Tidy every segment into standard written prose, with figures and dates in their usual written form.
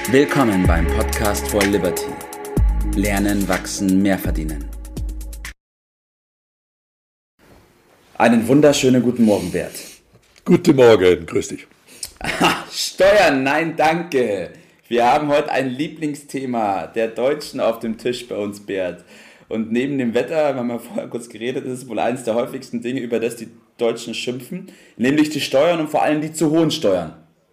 Willkommen beim Podcast for Liberty. Lernen, wachsen, mehr verdienen. Einen wunderschönen guten Morgen, Bert. Guten Morgen, grüß dich. Steuern, nein, danke. Wir haben heute ein Lieblingsthema der Deutschen auf dem Tisch bei uns, Bert. Und neben dem Wetter, wir haben ja vorher kurz geredet, ist es wohl eines der häufigsten Dinge, über das die Deutschen schimpfen, nämlich die Steuern und vor allem die zu hohen Steuern.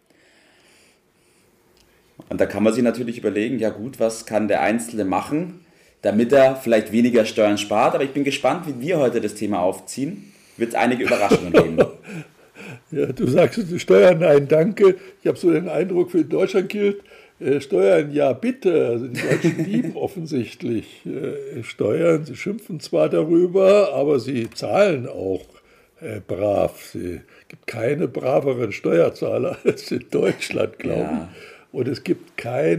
Und da kann man sich natürlich überlegen, ja gut, was kann der Einzelne machen, damit er vielleicht weniger Steuern spart. Aber ich bin gespannt, wie wir heute das Thema aufziehen. Wird es einige Überraschungen geben. Ja, du sagst, Steuern, nein, danke. Ich habe so den Eindruck, für Deutschland gilt, Steuern, ja bitte. Also die Deutschen lieben offensichtlich Steuern. Sie schimpfen zwar darüber, aber sie zahlen auch brav. Es gibt keine braveren Steuerzahler als in Deutschland, glaube ich. Und es gibt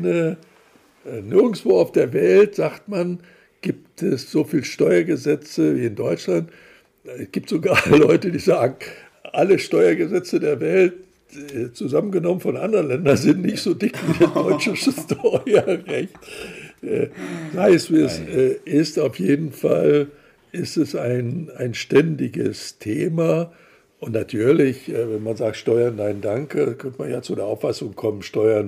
nirgendwo auf der Welt, sagt man, gibt es so viele Steuergesetze wie in Deutschland. Es gibt sogar Leute, die sagen, alle Steuergesetze der Welt zusammengenommen von anderen Ländern sind nicht so dick wie das deutsche Steuerrecht. Sei es wie es ist, auf jeden Fall ist es ein ständiges Thema. Und natürlich, wenn man sagt, Steuern, nein, danke, könnte man ja zu der Auffassung kommen, Steuern,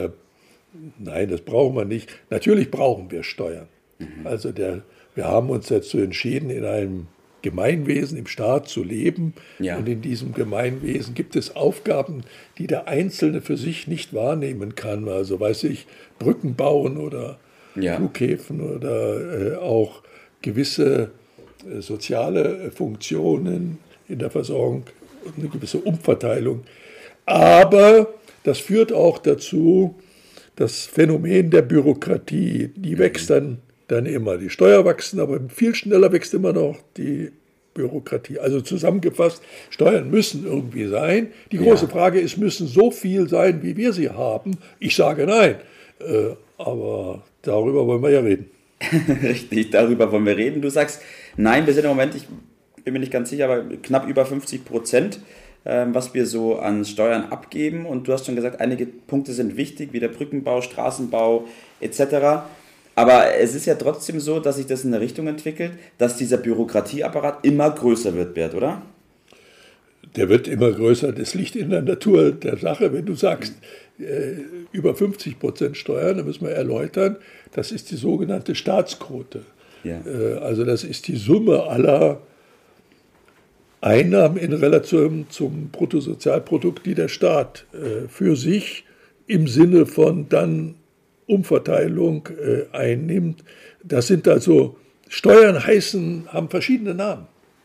nein, das brauchen wir nicht. Natürlich brauchen wir Steuern. Also wir haben uns dazu entschieden, in einem Gemeinwesen, im Staat zu leben. Ja. Und in diesem Gemeinwesen gibt es Aufgaben, die der Einzelne für sich nicht wahrnehmen kann. Also weiß ich, Brücken bauen oder Flughäfen oder auch gewisse soziale Funktionen in der Versorgung und eine gewisse Umverteilung. Aber das führt auch dazu, das Phänomen der Bürokratie, die wächst dann immer. Die Steuern wachsen, aber viel schneller wächst immer noch die Bürokratie. Also zusammengefasst, Steuern müssen irgendwie sein. Die große Frage ist, müssen so viel sein, wie wir sie haben? Ich sage nein, aber darüber wollen wir ja reden. Richtig, darüber wollen wir reden. Du sagst, nein, wir sind im Moment, ich bin mir nicht ganz sicher, aber knapp über 50%, was wir so an Steuern abgeben. Und du hast schon gesagt, einige Punkte sind wichtig, wie der Brückenbau, Straßenbau etc. Aber es ist ja trotzdem so, dass sich das in eine Richtung entwickelt, dass dieser Bürokratieapparat immer größer wird, Bert, oder? Der wird immer größer. Das liegt in der Natur der Sache. Wenn du sagst, über 50% Steuern, dann müssen wir erläutern, das ist die sogenannte Staatsquote. Ja. Also das ist die Summe aller Einnahmen in Relation zum Bruttosozialprodukt, die der Staat für sich im Sinne von dann Umverteilung einnimmt. Das sind also, Steuern haben verschiedene Namen.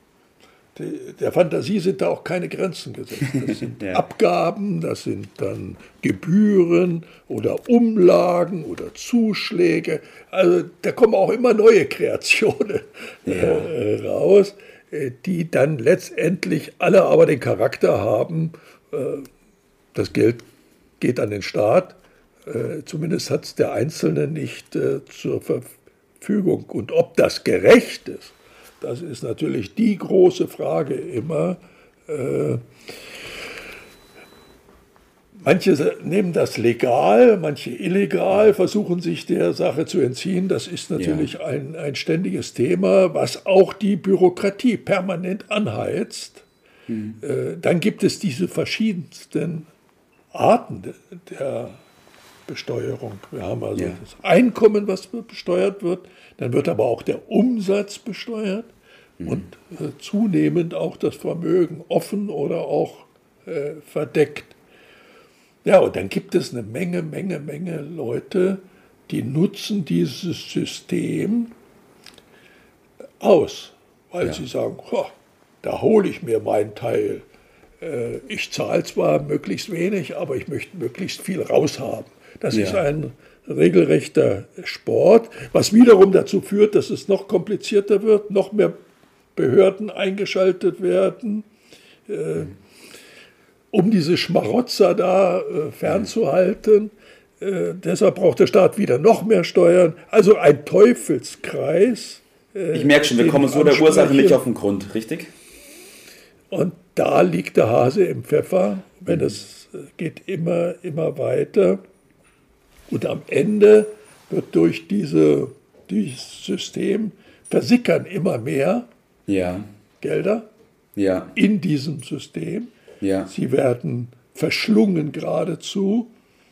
Der Fantasie sind da auch keine Grenzen gesetzt. Das sind Abgaben, das sind dann Gebühren oder Umlagen oder Zuschläge. Also da kommen auch immer neue Kreationen raus, die dann letztendlich alle aber den Charakter haben, das Geld geht an den Staat, zumindest hat es der Einzelne nicht zur Verfügung. Und ob das gerecht ist, das ist natürlich die große Frage immer. Manche nehmen das legal, manche illegal, versuchen sich der Sache zu entziehen. Das ist natürlich ein ständiges Thema, was auch die Bürokratie permanent anheizt. Dann gibt es diese verschiedensten Arten der Besteuerung. Wir haben also das Einkommen, was besteuert wird, dann wird aber auch der Umsatz besteuert und zunehmend auch das Vermögen, offen oder auch verdeckt. Ja, und dann gibt es eine Menge Leute, die nutzen dieses System aus, weil sie sagen, da hole ich mir meinen Teil. Ich zahle zwar möglichst wenig, aber ich möchte möglichst viel raushaben. Das ist ein regelrechter Sport, was wiederum dazu führt, dass es noch komplizierter wird, noch mehr Behörden eingeschaltet werden, um diese Schmarotzer da fernzuhalten. Deshalb braucht der Staat wieder noch mehr Steuern. Also ein Teufelskreis. Ich merke schon, wir kommen so der Ursache nicht auf den Grund, richtig? Und da liegt der Hase im Pfeffer, wenn es geht immer weiter. Und am Ende wird durch dieses System versickern immer mehr Gelder in diesem System. Ja. Sie werden verschlungen geradezu.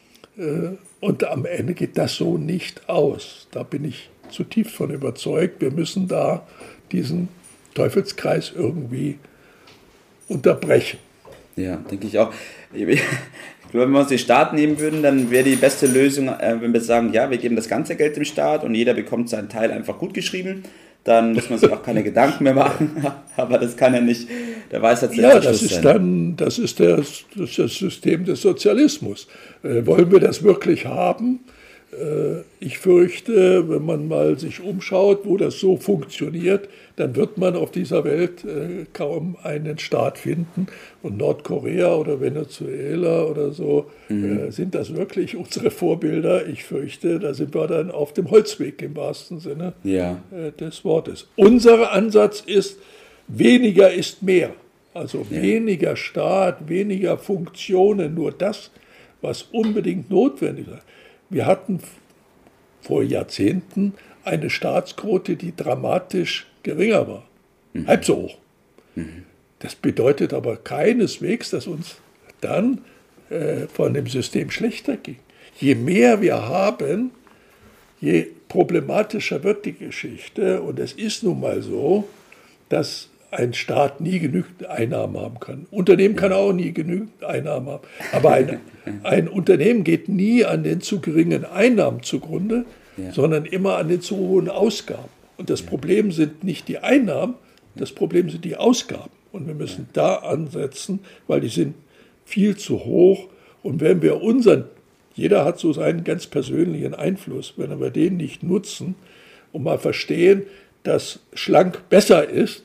Und am Ende geht das so nicht aus. Da bin ich zutiefst von überzeugt. Wir müssen da diesen Teufelskreis irgendwie unterbrechen. Ja, denke ich auch. Ich glaube, wenn wir uns den Staat nehmen würden, dann wäre die beste Lösung, wenn wir sagen, ja, wir geben das ganze Geld dem Staat und jeder bekommt seinen Teil einfach gut geschrieben. Dann muss man sich auch keine Gedanken mehr machen. Aber das kann ja nicht der Weisheit letzter Schluss sein. Das ist das System des Sozialismus. Wollen wir das wirklich haben? Ich fürchte, wenn man mal sich umschaut, wo das so funktioniert, dann wird man auf dieser Welt kaum einen Staat finden. Und Nordkorea oder Venezuela oder so, sind das wirklich unsere Vorbilder? Ich fürchte, da sind wir dann auf dem Holzweg im wahrsten Sinne des Wortes. Unser Ansatz ist, weniger ist mehr. Also weniger Staat, weniger Funktionen, nur das, was unbedingt notwendig ist. Wir hatten vor Jahrzehnten eine Staatsquote, die dramatisch geringer war. Halb so hoch. Das bedeutet aber keineswegs, dass uns dann von dem System schlechter ging. Je mehr wir haben, je problematischer wird die Geschichte. Und es ist nun mal so, dass ein Staat nie genügend Einnahmen haben kann. Ein Unternehmen kann auch nie genügend Einnahmen haben. Aber ein Unternehmen geht nie an den zu geringen Einnahmen zugrunde, sondern immer an den zu hohen Ausgaben. Und das Problem sind nicht die Einnahmen, das Problem sind die Ausgaben. Und wir müssen da ansetzen, weil die sind viel zu hoch. Und wenn wir jeder hat so seinen ganz persönlichen Einfluss, wenn wir den nicht nutzen und mal verstehen, dass schlank besser ist,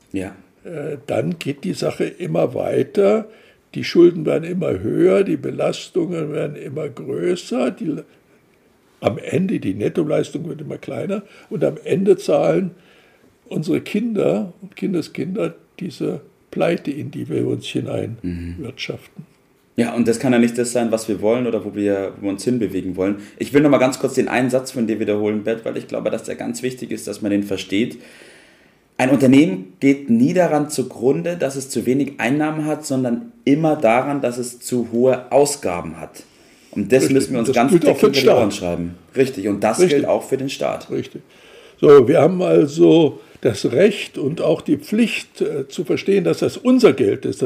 dann geht die Sache immer weiter. Die Schulden werden immer höher, die Belastungen werden immer größer, am Ende die Nettoleistung wird immer kleiner und am Ende zahlen unsere Kinder und Kindeskinder diese Pleite, in die wir uns hineinwirtschaften. Ja, und das kann ja nicht das sein, was wir wollen oder wo wir uns hinbewegen wollen. Ich will noch mal ganz kurz den einen Satz von dir wiederholen, Bert, weil ich glaube, dass der ganz wichtig ist, dass man den versteht. Ein Unternehmen geht nie daran zugrunde, dass es zu wenig Einnahmen hat, sondern immer daran, dass es zu hohe Ausgaben hat. Und das müssen wir uns ganz dick hinter die Ohren schreiben. Richtig, und das gilt auch für den Staat. Richtig. So, wir haben also das Recht und auch die Pflicht zu verstehen, dass das unser Geld ist.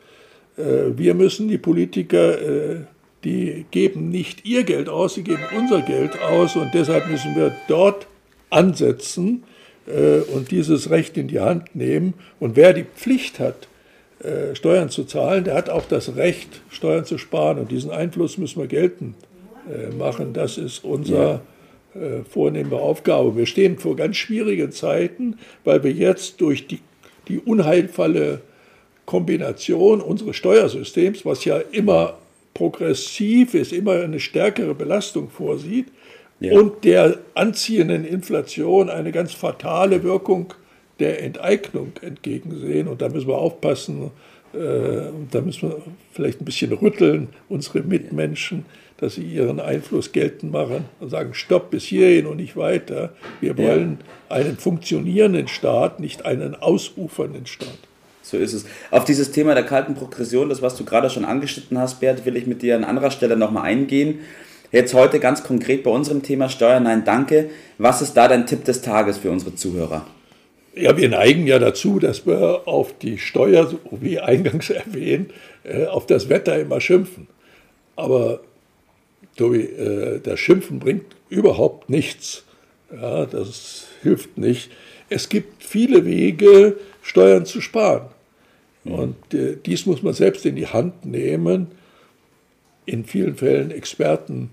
Wir müssen, die Politiker, die geben nicht ihr Geld aus, sie geben unser Geld aus und deshalb müssen wir dort ansetzen und dieses Recht in die Hand nehmen. Und wer die Pflicht hat, Steuern zu zahlen, der hat auch das Recht, Steuern zu sparen. Und diesen Einfluss müssen wir geltend machen. Das ist unsere vornehme Aufgabe. Wir stehen vor ganz schwierigen Zeiten, weil wir jetzt durch die unheilvolle Kombination unseres Steuersystems, was ja immer progressiv ist, immer eine stärkere Belastung vorsieht, und der anziehenden Inflation eine ganz fatale Wirkung der Enteignung entgegensehen. Und da müssen wir aufpassen, da müssen wir vielleicht ein bisschen rütteln, unsere Mitmenschen, dass sie ihren Einfluss geltend machen und sagen, stopp, bis hierhin und nicht weiter. Wir wollen einen funktionierenden Staat, nicht einen ausufernden Staat. So ist es. Auf dieses Thema der kalten Progression, das was du gerade schon angeschnitten hast, Bert, will ich mit dir an anderer Stelle nochmal eingehen. Jetzt heute ganz konkret bei unserem Thema Steuern, nein, danke. Was ist da dein Tipp des Tages für unsere Zuhörer? Ja, wir neigen ja dazu, dass wir auf die Steuer, so wie eingangs erwähnt, auf das Wetter immer schimpfen. Aber Tobi, das Schimpfen bringt überhaupt nichts. Ja, das hilft nicht. Es gibt viele Wege, Steuern zu sparen. Und dies muss man selbst in die Hand nehmen, in vielen Fällen Experten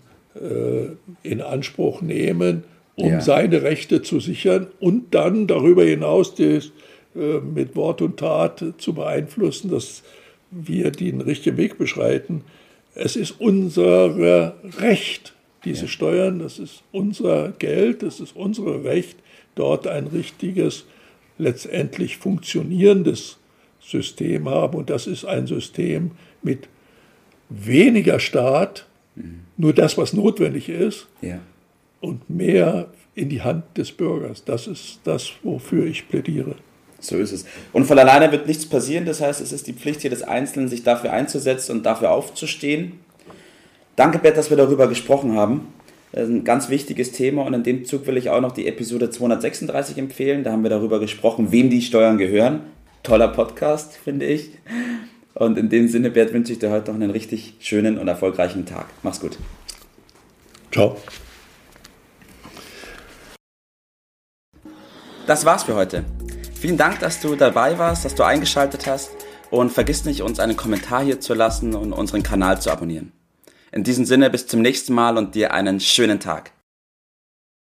in Anspruch nehmen, um seine Rechte zu sichern und dann darüber hinaus mit Wort und Tat zu beeinflussen, dass wir den richtigen Weg beschreiten. Es ist unser Recht, diese Steuern, das ist unser Geld, das ist unser Recht, dort ein richtiges, letztendlich funktionierendes System haben. Und das ist ein System mit weniger Staat, Nur das, was notwendig ist, Ja. und mehr in die Hand des Bürgers. Das ist das, wofür ich plädiere. So ist es. Und von alleine wird nichts passieren. Das heißt, es ist die Pflicht jedes Einzelnen, sich dafür einzusetzen und dafür aufzustehen. Danke, Bert, dass wir darüber gesprochen haben. Das ist ein ganz wichtiges Thema und in dem Zug will ich auch noch die Episode 236 empfehlen. Da haben wir darüber gesprochen, wem die Steuern gehören. Toller Podcast, finde ich. Und in dem Sinne, Bert, wünsche ich dir heute noch einen richtig schönen und erfolgreichen Tag. Mach's gut. Ciao. Das war's für heute. Vielen Dank, dass du dabei warst, dass du eingeschaltet hast und vergiss nicht, uns einen Kommentar hier zu lassen und unseren Kanal zu abonnieren. In diesem Sinne, bis zum nächsten Mal und dir einen schönen Tag.